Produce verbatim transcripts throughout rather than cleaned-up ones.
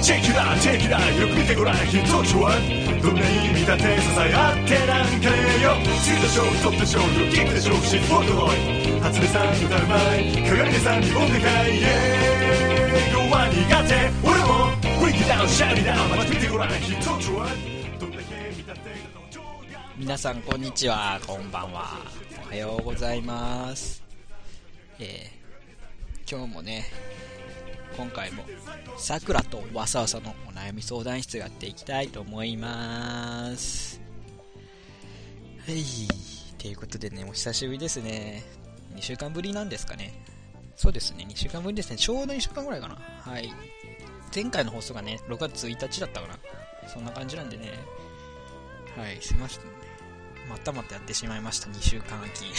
チェキラーチェキラーよく見てごらんヒットチワンどんな意味だって支え合ってなんかねよ好きでしょ太ってしょよキックでしょシッポートロイ初音さん歌うまい鏡でさんリボンでかいイエーイ弱苦手俺も Break it down shout it down また見てごらんヒットチワンどんだけ見たって皆さんこんにちは、こんばんは、おはようございます。えー、今日もね、今回もさくらとわさわさのお悩み相談室やっていきたいと思います。はい、ということでね、お久しぶりですね。にしゅうかんぶりなんですかね。そうですね、にしゅうかんぶりですね。ちょうどにしゅうかんぐらいかな。はい。前回の放送がね、ろくがつついたちだったかな。そんな感じなんでね。はい、すいませんね。またまたやってしまいました。にしゅうかん空きね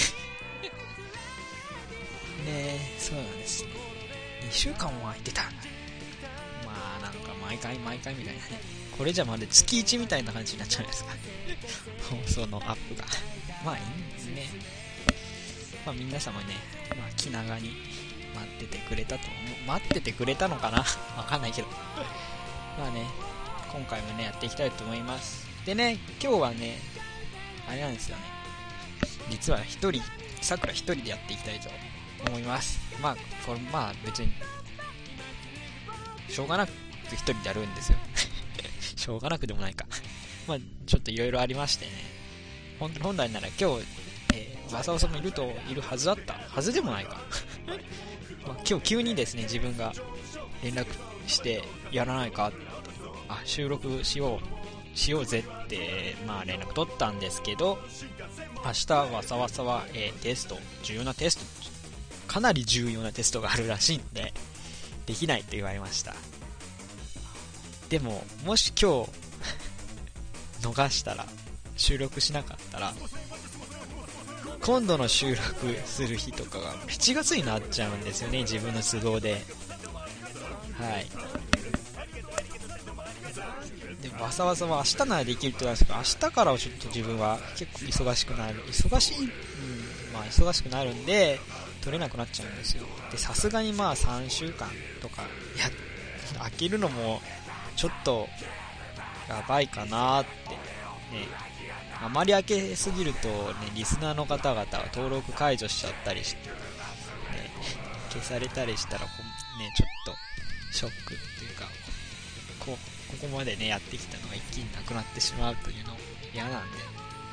え、そうなんですね。にしゅうかんも空いてた。まあなんか毎回毎回みたいなね。これじゃまるで月いちみたいな感じになっちゃうんですか放送のアップがまあいいんですね。まあ皆様ね、まあ、気長に待っててくれたと思う。待っててくれたのかなわかんないけどまあね、今回もねやっていきたいと思います。でね、今日はねあれなんですよね、実は一人さくら一人でやっていきたいと思います。まあこれまあ別にしょうがなく一人でやるんですよしょうがなくでもないかまあちょっといろいろありましてね、本本来なら今日、えー、わさわさもいるといるはずだったはずでもないかまあ今日急にですね自分が連絡してやらないか、あ収録しようしようぜって、まあ、連絡取ったんですけど、明日わさわさは、えー、テスト重要なテストかなり重要なテストがあるらしいんでできないと言われました。でももし今日逃したら収録しなかったら今度の収録する日とかがしちがつになっちゃうんですよね、自分の都合で。はい。でわさわさは明日ならできるって言うんですけど、明日からはちょっと自分は結構忙しくなる忙しい、うん、まあ忙しくなるんで取れなくなっちゃうんですよ。でさすがにまあさんしゅうかんとかいや飽きるのもちょっとやばいかなってね。あまり開けすぎるとね、リスナーの方々は登録解除しちゃったりして、ね、消されたりしたらね、ちょっとショックっていうか、こうここまでねやってきたのが一気になくなってしまうというの嫌なんで、ね、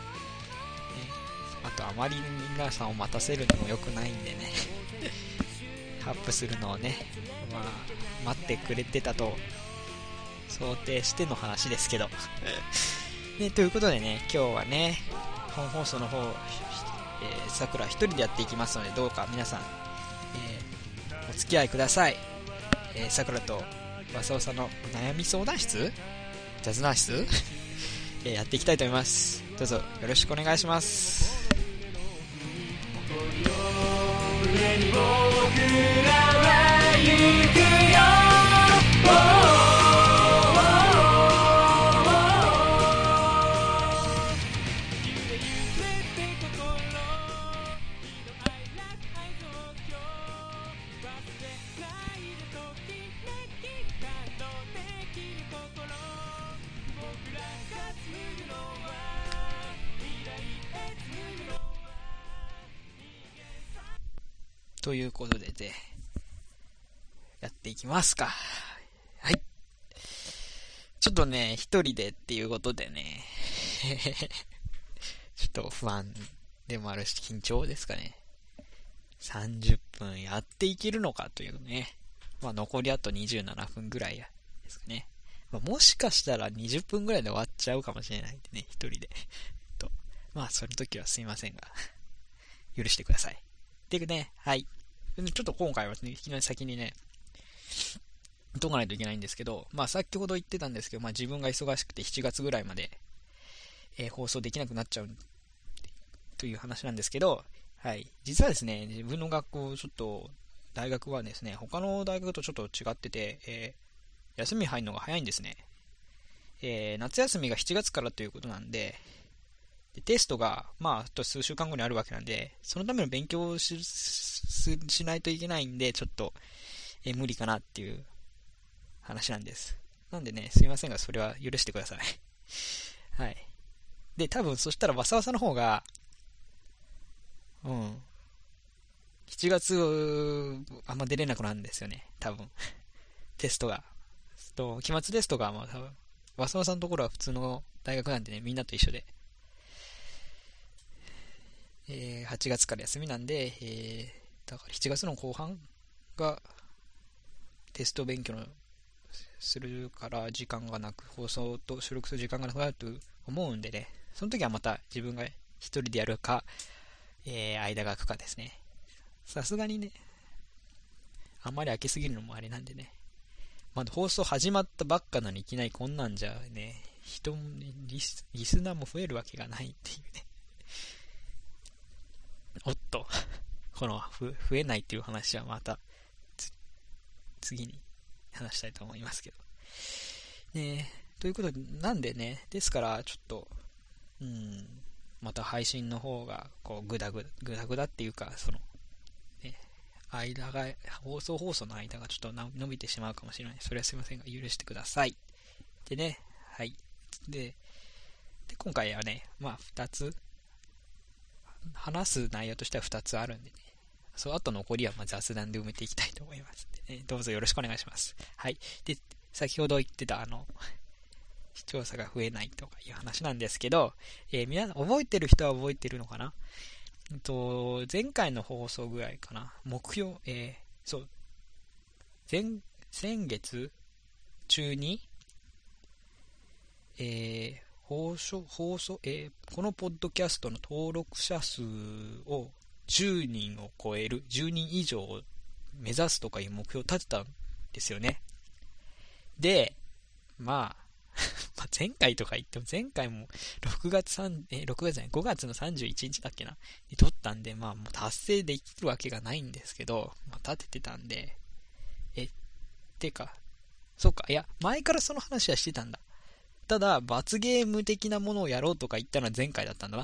あとあまり皆さんを待たせるのも良くないんでねアップするのをね、まあ待ってくれてたと想定しての話ですけどね、ということでね、今日はね本放送の方、えー、さくら一人でやっていきますので、どうか皆さん、えー、お付き合いください。えー、さくらとわさわさの悩み相談室雑談室えー、やっていきたいと思います。どうぞよろしくお願いします。ということででやっていきますか。はい。ちょっとね一人でっていうことでねちょっと不安でもあるし緊張ですかね。さんじゅっぷんやっていけるのかというね。まあ残りあとにじゅうななふんぐらいですかね。まあ、もしかしたらにじゅっぷんぐらいで終わっちゃうかもしれないんでね、一人でとまあその時はすいませんが許してください。でね、はい。ちょっと今回はね、いきなり先にね、言っとかないといけないんですけど、まあ先ほど言ってたんですけど、まあ自分が忙しくてしちがつぐらいまで、えー、放送できなくなっちゃうという話なんですけど、はい。実はですね、自分の学校、ちょっと、大学はですね、他の大学とちょっと違ってて、えー、休み入るのが早いんですね。えー、夏休みがしちがつからということなんで、でテストが、まあ、あと数週間後にあるわけなんで、そのための勉強を し, しないといけないんで、ちょっと、えー、無理かなっていう話なんです。 なんでね、すいませんが、それは許してください。はい。で、多分、そしたら、わさわさの方が、うん。しちがつ、あんま出れなくなるんですよね。多分。テストが。と、期末テストが、まあ多分、わさわさのところは普通の大学なんでね、みんなと一緒で。えー、はちがつから休みなんで、えー、だからしちがつの後半がテスト勉強のするから時間がなく、放送と収録する時間がなくなると思うんでね、その時はまた自分が一人でやるか、えー、間が空くかですね。さすがにね、あんまり空きすぎるのもあれなんでね。まだ放送始まったばっかなのにいきなりこんなんじゃね、人もリス、リスナーも増えるわけがないっていうね。おっと、この増えないっていう話はまた次に話したいと思いますけど。ねということで、なんでね、ですからちょっと、うん、また配信の方がこうグダグダ、グダグダっていうか、その、ね、間が、放送放送の間がちょっと伸びてしまうかもしれない。それはすいませんが、許してください。でね、はい。で、で今回はね、まあふたつ、話す内容としてはふたつあるんでね、そう、あと残りはまあ雑談で埋めていきたいと思います。でね、どうぞよろしくお願いします。はい。で、先ほど言ってたあの、視聴者が増えないとかいう話なんですけど、えー、皆さん覚えてる人は覚えてるのかな？と前回の放送ぐらいかな、目標、えー、そう前先月中に、えー、放送放送、えー、このポッドキャストの登録者数をじゅうにんを超える、じゅうにん以上を目指すとかいう目標を立てたんですよね。で、まあまあ前回とか言っても、前回もろくがつさん、え、ろくがつじゃない、ごがつのさんじゅういちにちだっけな、に撮ったんで、まあもう達成できるわけがないんですけど、まあ立ててたんで、え、てか、そうか、いや、前からその話はしてたんだ。ただ、罰ゲーム的なものをやろうとか言ったのは前回だったんだな。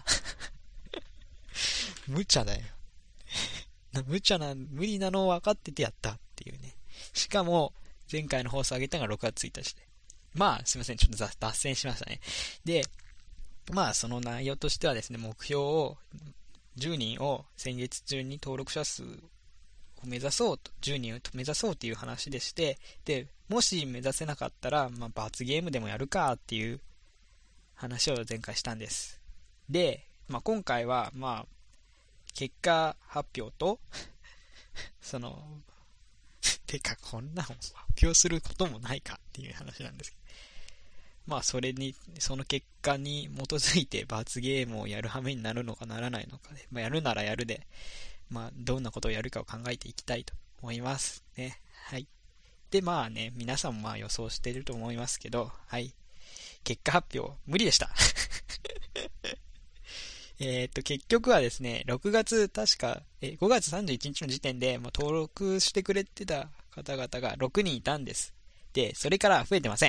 無茶だよ。無茶な、無理なのを分かっててやったっていうね。しかも、前回の放送上げたのがろくがつついたちで。まあ、すいません。ちょっと脱線しましたね。で、まあ、その内容としてはですね、目標を、じゅうにんを先月中に登録者数を目指そうと、じゅうにんを目指そうっていう話でして、で、もし目指せなかったら、まあ、罰ゲームでもやるかっていう話を前回したんです。で、まあ、今回は、まあ、結果発表と、その、てか、こんなの発表することもないかっていう話なんですけど。まあ、それに、その結果に基づいて罰ゲームをやる羽目になるのかならないのかで、まあ、やるならやるで、まあ、どんなことをやるかを考えていきたいと思いますね。はい。で、まあね、皆さんもまあ予想していると思いますけど、はい。結果発表、無理でした。えっと、結局はですね、ろくがつ、確か、え、ごがつさんじゅういちにちの時点で、もう登録してくれてた方々がろくにんいたんです。で、それから増えてません。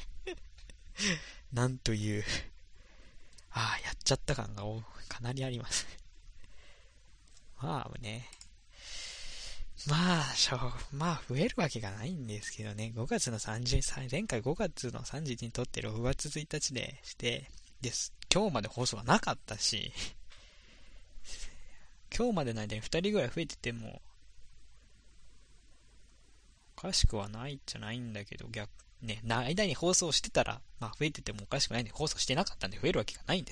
なんという、ああ、やっちゃった感がかなりあります。まあね、まあ、しょう、まあ、増えるわけがないんですけどね、ごがつのさんじゅう、前回ごがつのさんじゅういちにちにとってろくがつついたちでして、です。今日まで放送がなかったし、今日までの間にふたりぐらい増えてても、おかしくはないじゃないんだけど、逆、ね、間に放送してたら、まあ増えててもおかしくないんで、放送してなかったんで増えるわけがないんです。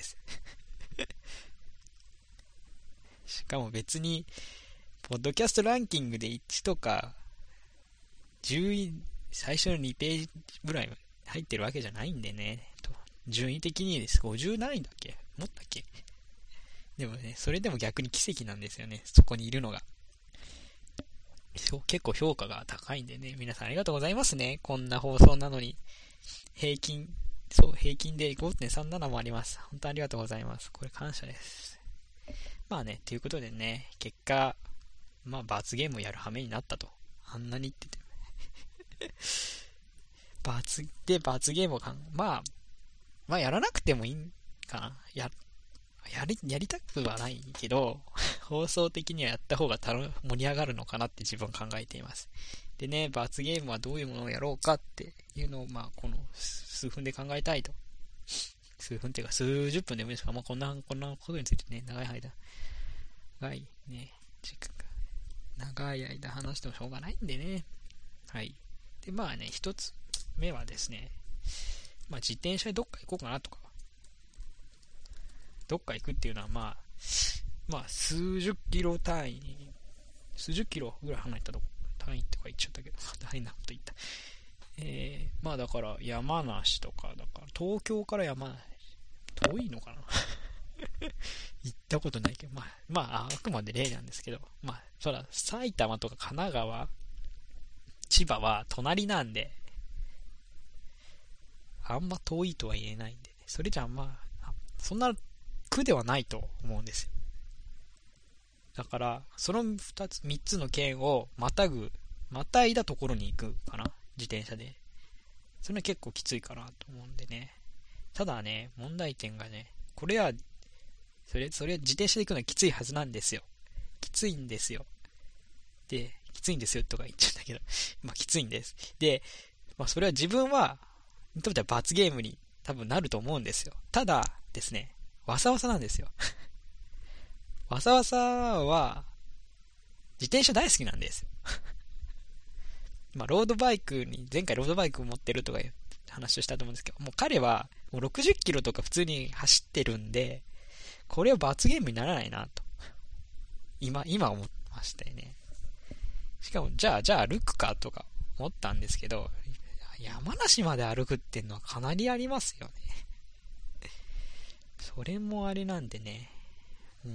しかも別に、ポッドキャストランキングでいちとか、じゅうい、最初のにページぐらい入ってるわけじゃないんでね、と順位的にです。ごじゅう何位だっけ？もったっけ？でもね、それでも逆に奇跡なんですよね。そこにいるのが。結構評価が高いんでね、皆さんありがとうございますね。こんな放送なのに。平均、そう、平均で ごてんさんなな もあります。本当ありがとうございます。これ感謝です。まあね、ということでね、結果、まあ罰ゲームをやる羽目になったと。あんなに言ってて。罰、で、罰ゲームをかん、まあ、まあやらなくてもいいかな。や、やり、やりたくはないけど、放送的にはやった方がたの盛り上がるのかなって自分考えています。 でね、罰ゲームはどういうものをやろうかっていうのを、まあ、この数分で考えたいと。数分っていうか、数十分でもいいですか。まあ、こんな、こんなことについてね、長い間、長いね、時間長い間話してもしょうがないんでね。はい。で、まあね、一つ目はですね、まあ、自転車でどっか行こうかなとか、どっか行くっていうのは、まあ、まあ、数十キロ単位に、数十キロぐらい離れたとこ、単位とか言っちゃったけど、大変なこと言った。えー、まあだから山梨とか、だから東京から山梨、遠いのかな行ったことないけど、まあ、まあ、あくまで例なんですけど、まあ、そら、埼玉とか神奈川、千葉は隣なんで、あんま遠いとは言えないんで、ね、それじゃあまあ、そんな苦ではないと思うんですよ。だから、その二つ、三つの県をまたぐ、またいだところに行くかな、自転車で。それは結構きついかなと思うんでね。ただね、問題点がね、これは、それ、それ、自転車で行くのはきついはずなんですよ。きついんですよ。で、きついんですよとか言っちゃったけど、まあきついんです。で、まあそれは自分は、にとっては罰ゲームに多分なると思うんですよ。ただですね、わさわさなんですよ。わさわさは、自転車大好きなんですよ。まあロードバイクに、前回ロードバイクを持ってるとかいう話をしたと思うんですけど、もう彼はもうろくじゅっキロとか普通に走ってるんで、これは罰ゲームにならないなと。今、今思ってましたよね。しかも、じゃあ、じゃあ歩くかとか思ったんですけど、山梨まで歩くっていうのはかなりありますよね。それもあれなんでね。うん。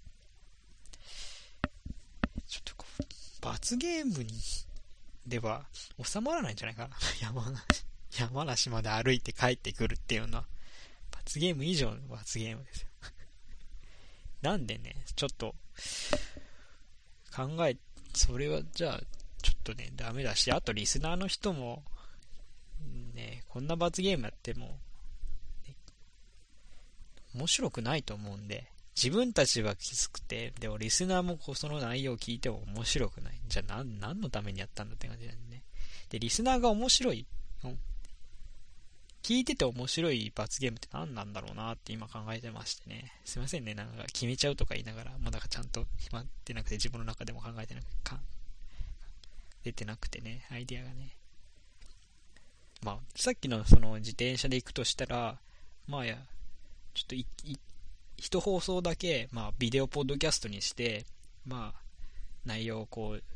ちょっとこう、罰ゲームに、では収まらないんじゃないかな。山梨、山梨まで歩いて帰ってくるっていうのは、罰ゲーム以上の罰ゲームですよ。なんでね、ちょっと、考え、それはじゃあ、ちょっとね、ダメだし、あとリスナーの人も、ね、こんな罰ゲームやっても、ね、面白くないと思うんで、自分たちはきつくて、でもリスナーもこうその内容を聞いても面白くない。じゃあ何、何のためにやったんだって感じなんでね。で、リスナーが面白い、聞いてて面白い罰ゲームって何なんだろうなって今考えてましてね。すいませんね、なんか決めちゃうとか言いながら、もうなんかちゃんと決まってなくて、自分の中でも考えてなくて、か出てなくてね、アイディアがね。まあ、さっきのその自転車で行くとしたら、まあや、ちょっとい、い、一放送だけ、まあ、ビデオポッドキャストにして、まあ、内容をこう、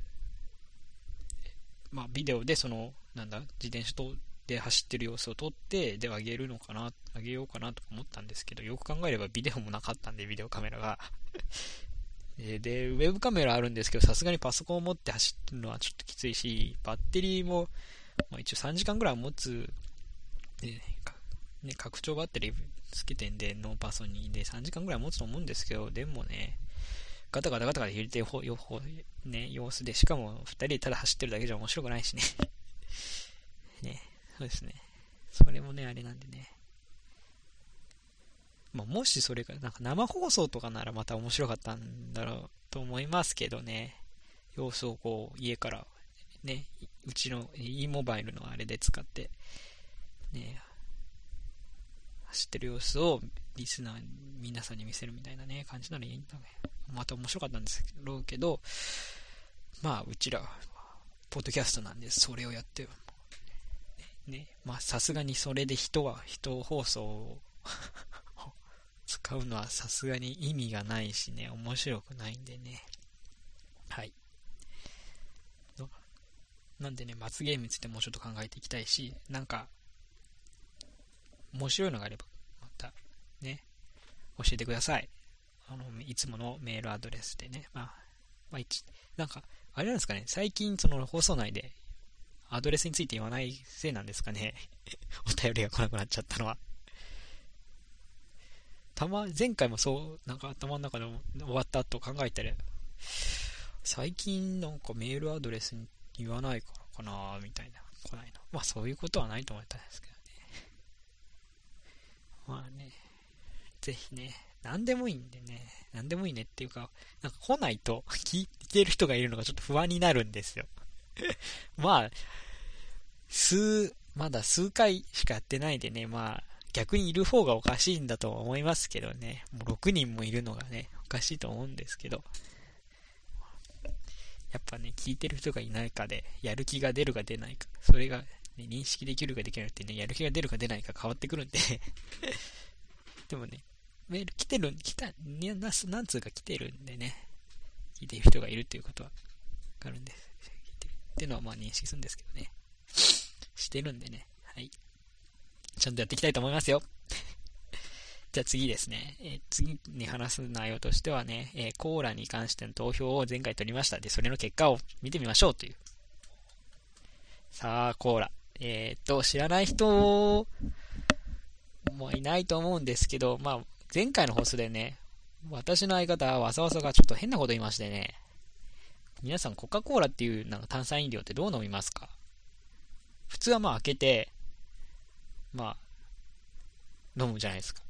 まあ、ビデオでその、なんだ、自転車と、で走ってる様子を撮ってであげるのかな、あげようかなと思ったんですけど、よく考えればビデオもなかったんで、ビデオカメラがで、ウェブカメラあるんですけど、さすがにパソコンを持って走るのはちょっときついし、バッテリーも、まあ、一応さんじかんぐらい持つ、ね、ね、拡張バッテリーつけてんで、ノーパソにでさんじかんぐらい持つと思うんですけど、でもね、ガタガタガタガタ入れてるね、様子で、しかもふたりでただ走ってるだけじゃ面白くないしねね、そうですね。それもね、あれなんでね。まあ、もしそれが、なんか生放送とかならまた面白かったんだろうと思いますけどね。様子をこう、家から、ね、うちの e モバイルのあれで使って、ね、走ってる様子をリスナー皆さんに見せるみたいなね、感じならいいんだね。また面白かったんですけど、まあ、うちら、ポッドキャストなんで、それをやって、ね、まあ、さすがにそれで人は、人放送を使うのはさすがに意味がないしね、面白くないんでね。はい。なんでね、罰ゲームについてもうちょっと考えていきたいし、なんか、面白いのがあれば、また、ね、教えてください。あの、いつものメールアドレスでね。まあ、まあ、一、なんか、あれなんですかね、最近その放送内で、アドレスについて言わないせいなんですかね。お便りが来なくなっちゃったのは。たま、前回もそう、なんか頭の中で終わった後考えたら、最近なんかメールアドレスに言わないからかなみたいな、来ないの。まあそういうことはないと思ったんですけどね。まあね、ぜひね、なんでもいいんでね、なんでもいいねっていうか、なんか来ないと聞いてる人がいるのがちょっと不安になるんですよ。 まあ、数、まだ数回しかやってないでね、まあ、逆にいる方がおかしいんだとは思いますけどね。もうろくにんもいるのがね、おかしいと思うんですけど。やっぱね、聞いてる人がいないかで、やる気が出るか出ないか、それが、ね、認識できるかできないってね、やる気が出るか出ないか変わってくるんで。でもね、メール来てる、来た、何通か来てるんでね、聞いてる人がいるっていうことは、わかるんです。聞いてるっていうのはまあ認識するんですけどね。してるんでね、はい。ちゃんとやっていきたいと思いますよ。じゃあ次ですね、えー、次に話す内容としてはね、えー、コーラに関しての投票を前回取りました。で、それの結果を見てみましょうという。さあ、コーラ。えー、っと、知らない人もいないと思うんですけど、まあ、前回の放送でね、私の相方はわざわざがちょっと変なこと言いましてね、皆さんコカ・コーラっていうなんか炭酸飲料ってどう飲みますか？普通はまあ開けて、まあ、飲むじゃないですか。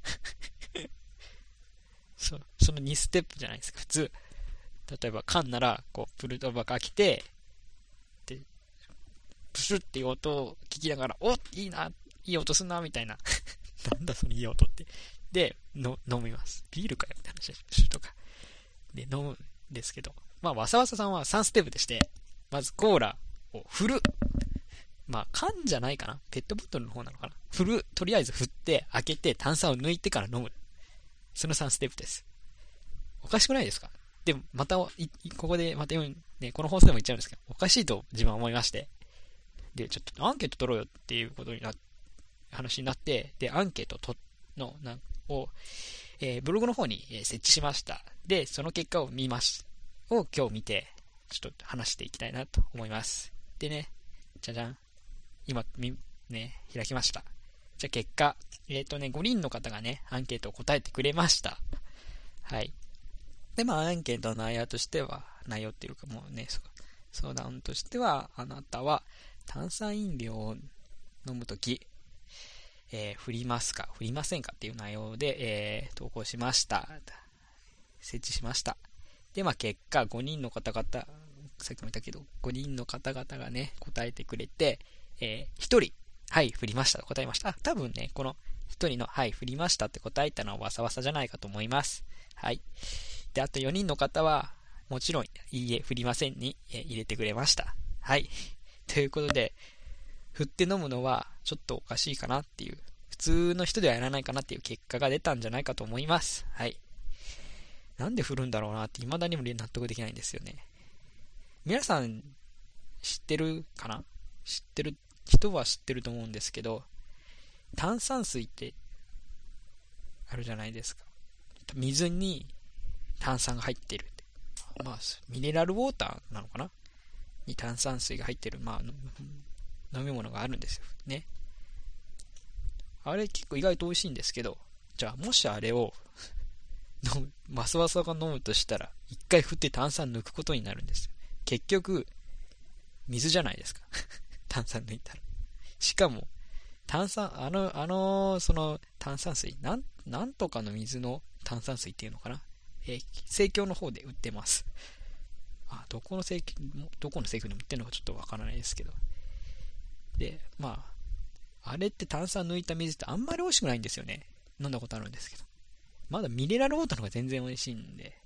そ, そのにステップじゃないですか。普通、例えば缶なら、こう、プルトバカ開けて、で、プシュっていう音を聞きながら、お、いいな、いい音すんな、みたいな。なんだそのいい音って。で、の飲みます。ビールかよって話とか。で、飲むんですけど、まあ、わさわささんはさんステップでして、まずコーラを振る。まあ、缶じゃないかな。ペットボトルの方なのかな。振る。とりあえず振って、開けて、炭酸を抜いてから飲む。そのさんステップです。おかしくないですか？でも、また、ここで、また、ね、この放送でも言っちゃうんですけど、おかしいと自分は思いまして。で、ちょっとアンケート取ろうよっていうことにな、話になって、で、アンケートと、の、な、を、えー、ブログの方に設置しました。で、その結果を見ます。を今日見て、ちょっと話していきたいなと思います。でね、じゃじゃん。今、み、ね、開きました。じゃあ結果、えっとね、ごにんの方がね、アンケートを答えてくれました。はい。で、まあ、アンケートの内容としては、内容っていうかもうね、相談としては、あなたは炭酸飲料を飲むとき、えー、振りますか、振りませんかっていう内容で、えー、投稿しました。設置しました。で、まあ、結果、ごにんの方々、さっきも言ったけど、ごにんの方々がね、答えてくれて、えー、ひとり、はい、振りましたと答えました。あ、多分ね、このひとりの、はい、振りましたって答えたのはわさわさじゃないかと思います。はい。で、あとよにんの方は、もちろん、いいえ、振りませんに、えー、入れてくれました。はい。ということで、振って飲むのは、ちょっとおかしいかなっていう、普通の人ではやらないかなっていう結果が出たんじゃないかと思います。はい。なんで振るんだろうなって、未だにも納得できないんですよね。皆さん、知ってるかな？知ってる人は知ってると思うんですけど、炭酸水ってあるじゃないですか。水に炭酸が入ってる。まあ、ミネラルウォーターなのかなに炭酸水が入ってる、まあ、飲み物があるんですよ。ね。あれ結構意外と美味しいんですけど、じゃあもしあれを飲む、マスワサが飲むとしたら、一回振って炭酸抜くことになるんですよ。結局、水じゃないですか。炭酸抜いたら。しかも、炭酸、あの、あの、その炭酸水、なん、なんとかの水の炭酸水っていうのかな。えー、生協の方で売ってます。あ、どこの生協、どこの生協でも売ってるのかちょっとわからないですけど。で、まあ、あれって炭酸抜いた水ってあんまり美味しくないんですよね。飲んだことあるんですけど。まだミネラルウォーターの方が全然美味しいんで。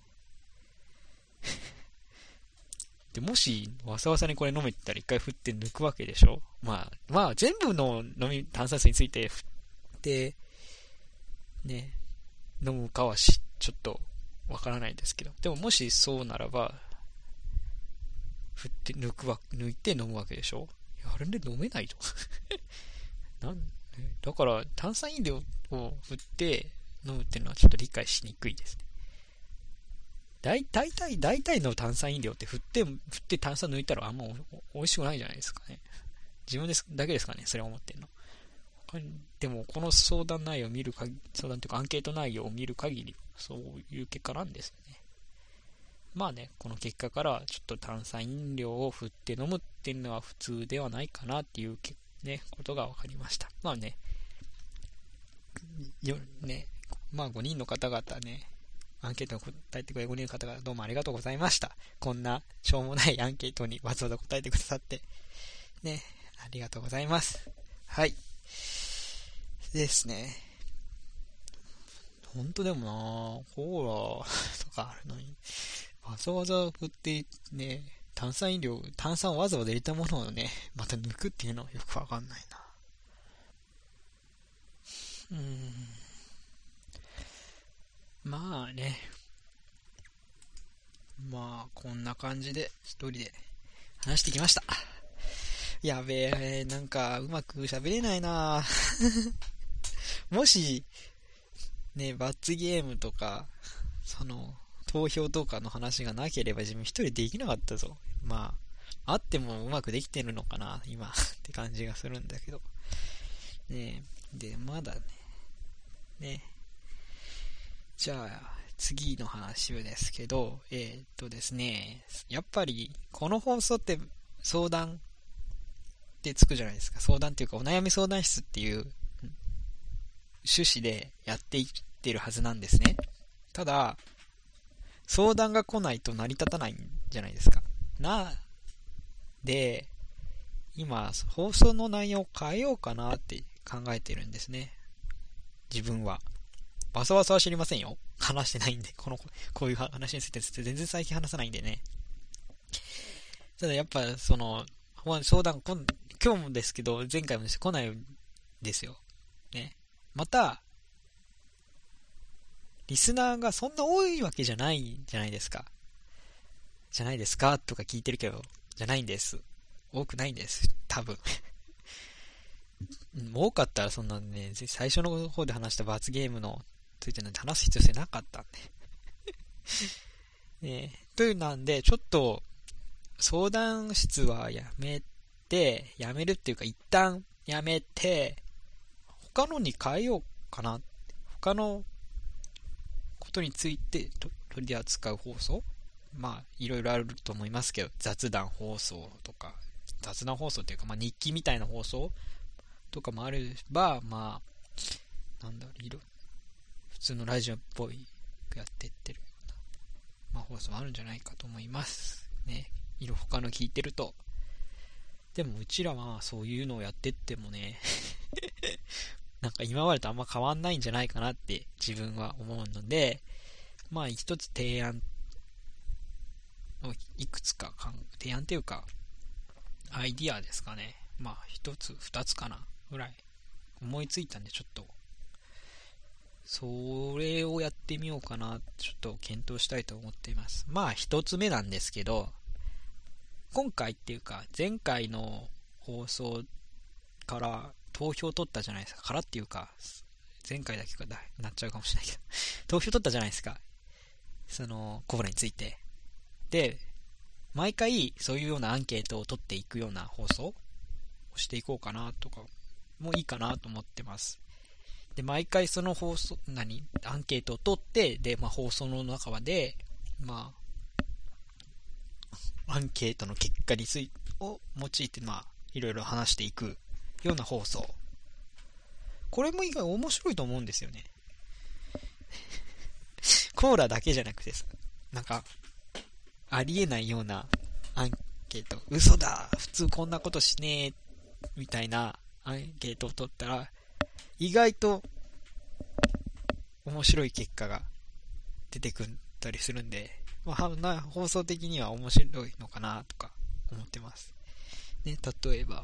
で、もし、わさわさにこれ飲めてたら一回振って抜くわけでしょ。まあ、まあ、全部の飲み、炭酸水について振って、ね、飲むかはし、ちょっとわからないですけど。でももしそうならば、振って抜くわ、抜いて飲むわけでしょ。あれで飲めないと。なん、だから、炭酸飲料を振って飲むっていうのはちょっと理解しにくいですね。大体、大体の炭酸飲料って振って、振って炭酸抜いたらあんま美味しくないじゃないですかね。自分ですだけですかね、それを思ってるの。でも、この相談内容を見るかぎ、相談というかアンケート内容を見る限り、そういう結果なんですよね。まあね、この結果からちょっと炭酸飲料を振って飲むっていうのは普通ではないかなっていうね、ことが分かりました。まあね、よね、まあごにんの方々ね、 アンケートに答えてくれるごにんの方がどうもありがとうございました。こんなしょうもないアンケートにわざわざ答えてくださって。ね、ありがとうございます。はい。ですね。ほんとでもなぁ、コーラとかあるのに、わざわざ振ってね、炭酸飲料、炭酸をわざわざ入れたものをね、また抜くっていうのはよくわかんないな。うーん。まあね。まあ、こんな感じで一人で話してきました。やべえ、なんかうまく喋れないなもし、ね、罰ゲームとか、その、投票とかの話がなければ自分一人できなかったぞ。まあ、あってもうまくできてるのかな、今って感じがするんだけど。ねで、まだね、ね。じゃあ、次の話ですけど、えー、っとですね、やっぱり、この放送って相談ってつくじゃないですか。相談っていうか、お悩み相談室っていう趣旨でやっていってるはずなんですね。ただ、相談が来ないと成り立たないんじゃないですか。な、で、今、放送の内容を変えようかなって考えてるんですね。自分は。バサバサは知りませんよ。話してないんで、この、こういう話について全然最近話さないんでね。ただやっぱ、その、相談、今日もですけど、前回もです来ないんですよ。ね。また、リスナーがそんな多いわけじゃないじゃないですか。じゃないですかとか聞いてるけど、じゃないんです。多くないんです。多分。多かったらそんなね、最初の方で話した罰ゲームのついてなんて話す必要性なかったんで。ね、というなんで、ちょっと、相談室はやめて、やめるっていうか一旦やめて、他のに変えようかな。他のことについて取り扱う放送、まあいろいろあると思いますけど、雑談放送とか、雑談放送っていうか、まあ日記みたいな放送とかもあれば、まあなんだろう、いろ普通のラジオっぽいやってってるような、まあ放送もあるんじゃないかと思いますね。いろ他の聞いてると。でもうちらはそういうのをやってってもねなんか今までとあんま変わんないんじゃないかなって自分は思うので、まあ一つ提案をいくつか提案っていうかアイディアですかね。まあ一つ二つかなぐらい思いついたんで、ちょっとそれをやってみようかな、ちょっと検討したいと思っています。まあ一つ目なんですけど、今回っていうか前回の放送から投票取ったじゃないですか。からっていうか前回だけかだなっちゃうかもしれないけど投票取ったじゃないですか、そのコブラについて。で、毎回そういうようなアンケートを取っていくような放送をしていこうかなとかもいいかなと思ってます。で、毎回その放送何アンケートを取って、で、まあ、放送の中でまあアンケートの結果についてを用いて、まあいろいろ話していくような放送、これも意外面白いと思うんですよねコーラだけじゃなくてさ、なんかありえないようなアンケート、嘘だ普通こんなことしねえみたいなアンケートを取ったら意外と面白い結果が出てくったりするんで、まあ、な放送的には面白いのかなとか思ってますね。例えば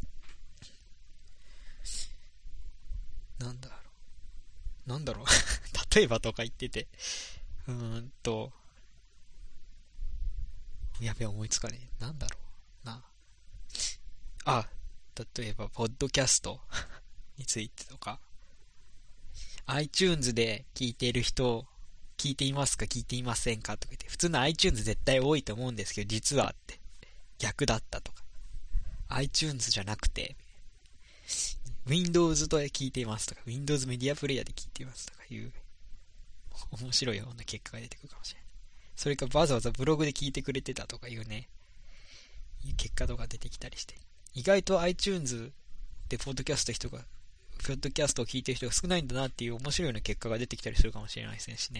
なんだろうなんだろう例えばとか言ってて、うーんとやべえ思いつかねえ、なんだろうなあ、例えばポッドキャストについてとか、 iTunes で聞いている人聞いていますか聞いていませんかとか言って、普通の iTunes 絶対多いと思うんですけど実はって逆だったとか、 iTunes じゃなくて Windows と聞いていますとか Windows メディアプレイヤーで聞いていますとかいう面白いような結果が出てくるかもしれない。それかわざわざブログで聞いてくれてたとかいうね、いう結果とか出てきたりして、意外と iTunes でポッドキャスト人がポッドキャストを聞いてる人が少ないんだなっていう面白いような結果が出てきたりするかもしれないですしね。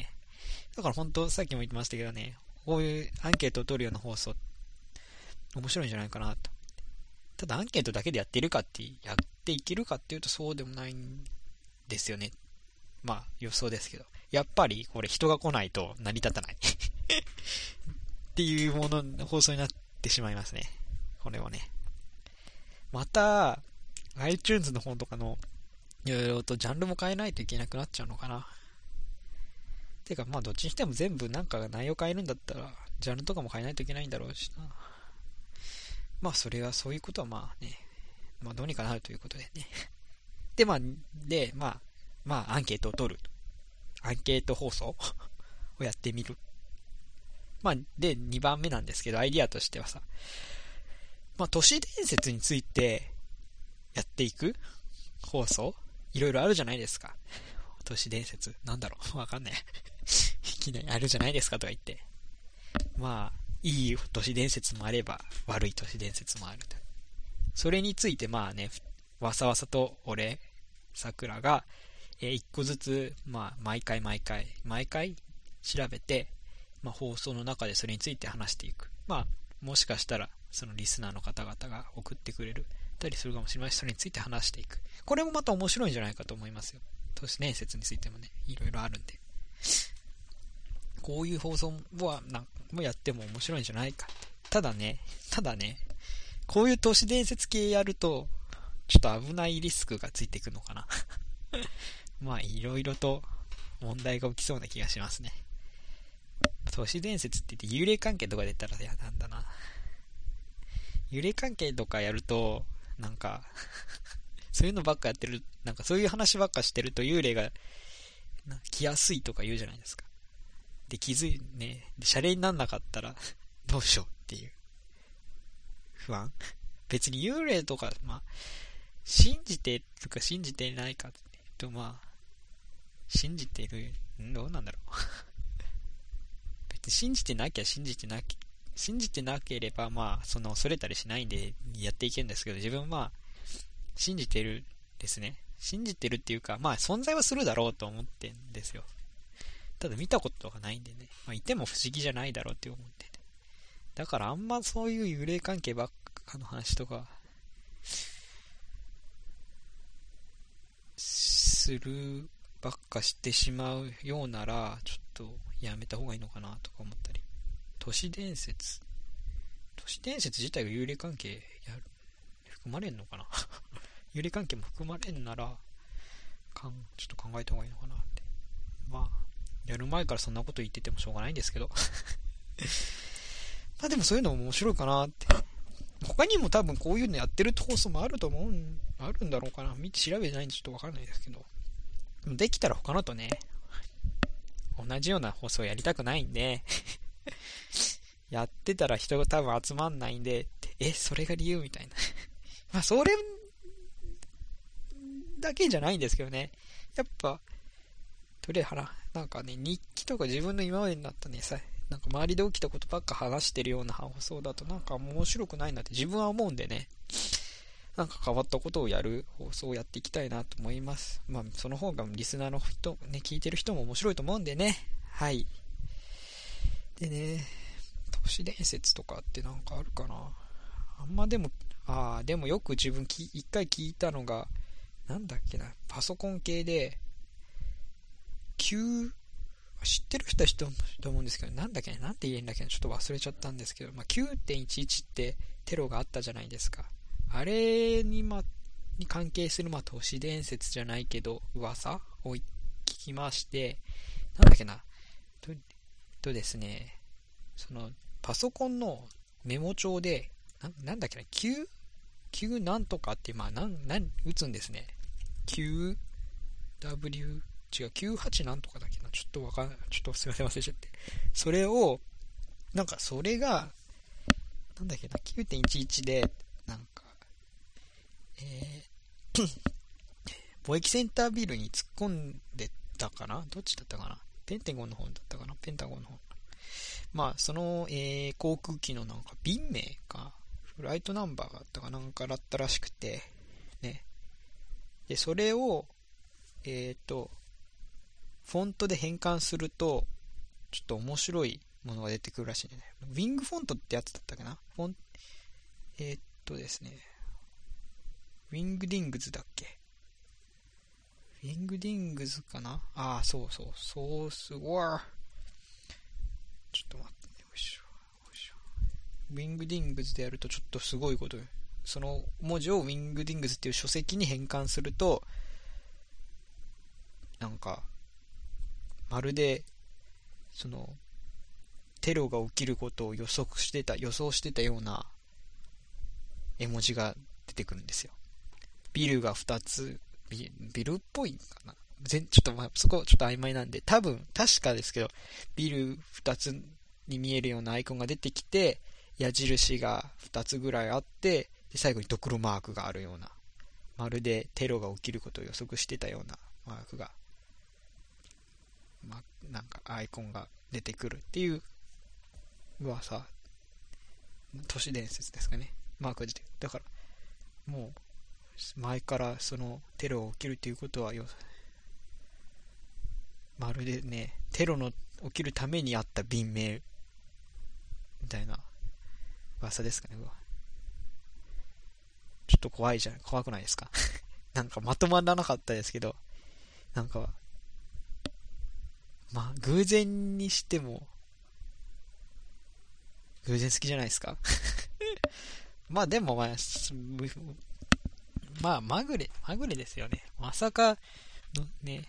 だから本当さっきも言ってましたけどね、こういうアンケートを取るような放送面白いんじゃないかなと。ただアンケートだけでやってるかってやっていけるかっていうとそうでもないんですよね。まあ予想ですけど、やっぱりこれ人が来ないと成り立たないっていうものの放送になってしまいますね、これはね。また iTunes の方とかのいろいろとジャンルも変えないといけなくなっちゃうのかな。てかまあどっちにしても全部なんか内容変えるんだったらジャンルとかも変えないといけないんだろうしな。まあそれはそういうことはまあね、まあどうにかなるということでね。でまあでまあまあアンケートを取る、アンケート放送をやってみる。まあでにばんめなんですけど、アイディアとしてはさ、まあ都市伝説についてやっていく放送いろいろあるじゃないですか。都市伝説なんだろうわかんないいきなりあるじゃないですかとか言って、まあいい都市伝説もあれば悪い都市伝説もあると。それについてまあね、わさわさと俺さくらがえー、一個ずつまあ毎回毎回毎回調べて、まあ、放送の中でそれについて話していく。まあもしかしたらそのリスナーの方々が送ってくれるたりするかもしれないし、それについて話していく。これもまた面白いんじゃないかと思いますよ。都市伝説についてもね、いろいろあるんで、こういう放送はなんもやっても面白いんじゃないか。ただね、ただね、こういう都市伝説系やるとちょっと危ないリスクがついていくのかなまあいろいろと問題が起きそうな気がしますね。都市伝説って言って幽霊関係とか出たらやなんだな。幽霊関係とかやるとなんかそういうのばっかやってる、なんかそういう話ばっかしてると幽霊が来やすいとか言うじゃないですか。で気づいね、でシャレになんなかったらどうしようっていう不安。別に幽霊とかまあ信じてとか信じていないかっていうとまあ信じてるんどうなんだろう別に信じてなきゃ信じてなき信じてなければまあその恐れたりしないんでやっていけるんですけど、自分はまあ信じてるですね。信じてるっていうかまあ存在はするだろうと思ってんですよ。ただ見たことがないんでね、まあ、いても不思議じゃないだろうって思ってて、だからあんまそういう幽霊関係ばっかの話とかするばっかしてしまうようならちょっとやめた方がいいのかなとか思ったり。都市伝説都市伝説自体が幽霊関係やる含まれんのかな幽霊関係も含まれんならかんちょっと考えた方がいいのかなって。まあやる前からそんなこと言っててもしょうがないんですけどまあでもそういうのも面白いかなって。他にも多分こういうのやってる放送もあると思うあるんだろうかな。見て調べてないんでちょっとわかんないですけど、できたら他のとね同じような放送やりたくないんでやってたら人が多分集まんないんで、えそれが理由みたいなまあそれだけじゃないんですけどね。やっぱとりあえずなんかね、日記とか自分の今までになったねさ、なんか周りで起きたことばっか話してるような放送だとなんか面白くないなって自分は思うんでね、なんか変わったことをやる放送をやっていきたいなと思います。まあその方がリスナーの人ね、聞いてる人も面白いと思うんでね。はい。でね、都市伝説とかってなんかあるかな。あんまでもああでもよく自分き一回聞いたのがなんだっけな、パソコン系できゅう知ってる人は知ってると思うんですけど、なんだっけね、なんて言えんだっけな、ちょっと忘れちゃったんですけど、まあ、きゅうてんいちいち ってテロがあったじゃないですか。あれにまに関係するまあ都市伝説じゃないけど噂を聞きまして、なんだっけなととですね、そのパソコンのメモ帳でな, なんだっけなきゅう きゅうなんとかってまあなんなん打つんですね。 キューダブリュー違うきゅうはちなんとかだっけな、ちょっとわかんない、ちょっとすいません忘れちゃって、それをなんかそれがなんだっけな きゅうてんいちいち でなんかえー貿易センタービルに突っ込んでたかな、どっちだったかな、ペンタゴンの方だったかな、ペンタゴンの方、まあその、えー、航空機のなんか便名かフライトナンバーがあったかなんかだったらしくてね、でそれをえっとフォントで変換するとちょっと面白いものが出てくるらしいね。ウィングフォントってやつだったっけな。フォンえー、っとですね、ウィングディングズだっけ。ウィングディングズかな。ああ、そうそう、ソースウォー。ちょっと待ってね、よいしょ、よいしょ。ウィングディングズでやるとちょっとすごいことよ。その文字をウィングディングズっていう書籍に変換すると、なんか、まるで、その、テロが起きることを予測してた、予想してたような絵文字が出てくるんですよ。ビルがふたつ、ビ, ビルっぽいかな。全ちょっとまあそこちょっと曖昧なんで、多分確かですけど、ビルふたつに見えるようなアイコンが出てきて、矢印がふたつぐらいあって、で最後にドクロマークがあるような、まるでテロが起きることを予測してたようなマークが、まあ、なんかアイコンが出てくるっていう噂、都市伝説ですかね。マークが出てくる。だからもう前からそのテロが起きるということはよ、まるでね、テロの起きるためにあった便名みたいな噂ですかね。うわ、ちょっと怖いじゃん。怖くないですか？なんかまとまらなかったですけど、なんかまあ偶然にしても偶然好きじゃないですか？まあでもまあまあまぐれまぐれですよね。まさかのね、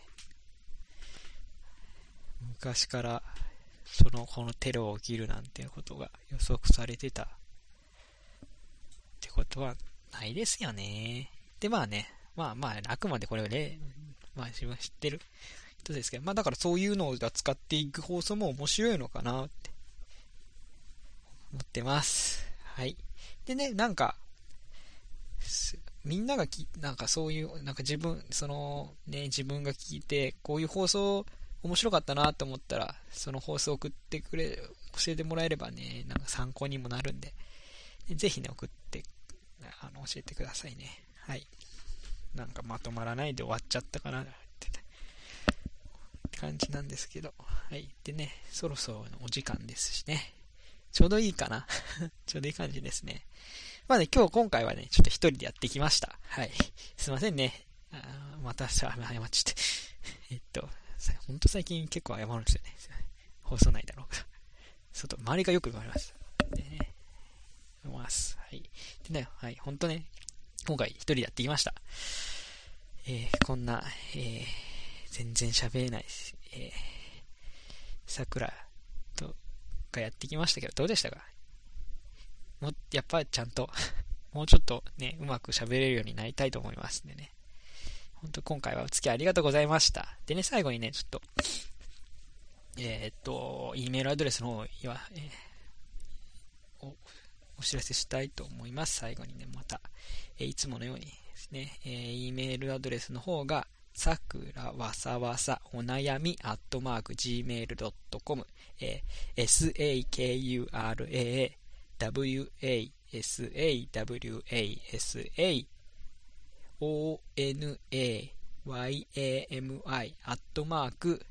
昔からそのこのテロが起きるなんていうことが予測されてたってことはないですよね。でまあね、まあまああくまでこれをね、まあ自分は知ってる人ですけど、まあだからそういうのを使っていく放送も面白いのかなって思ってます。はい。でね、なんかみんながきなんかそういうなんか自分そのね自分が聞いてこういう放送面白かったなと思ったら、その放送を送ってくれ教えてもらえればね、なんか参考にもなるんで、ぜひね送ってあの教えてくださいね。はい。なんかまとまらないで終わっちゃったかなって感じなんですけど、はい。でね、そろそろのお時間ですしね、ちょうどいいかな。ちょうどいい感じですね。まあね、今日今回はね、ちょっと一人でやってきました。はい。すいませんね。あまた謝っちゃって。えっと、ほんと最近結構謝るんですよね。放送内だろうから。外、周りがよく言われます。でね、思います。はい。でね、はい、ほんとね、今回一人でやってきました。えー、こんな、えー、全然喋れない、えー、桜とがやってきましたけど、どうでしたか？もうやっぱりちゃんともうちょっとね、うまく喋れるようになりたいと思いますんでね。本当今回はお付き合いありがとうございました。でね、最後にね、ちょっと、えー、っと、E メールアドレスの方、えー、お、お知らせしたいと思います。最後にね、また、えー、いつものようにですね、えー、E メールアドレスの方が、さくらわさわさお悩みアットマーク ジーメールドットコム、えー、エスエーケーユーアールエーダブリューエーエスエーダブリューエーエスエー オーエヌエーワイエーエムアイ アットマーク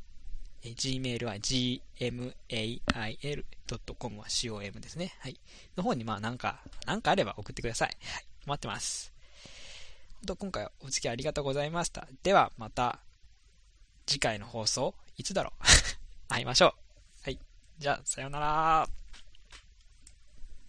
Gmail は ジーエムエーアイエル ドットコム は コム ですね。はい。の方にまあなんか、なんかあれば送ってください。はい。待ってます。と今回はお付き合いありがとうございました。ではまた次回の放送いつだろう会いましょう。はい。じゃあさようなら。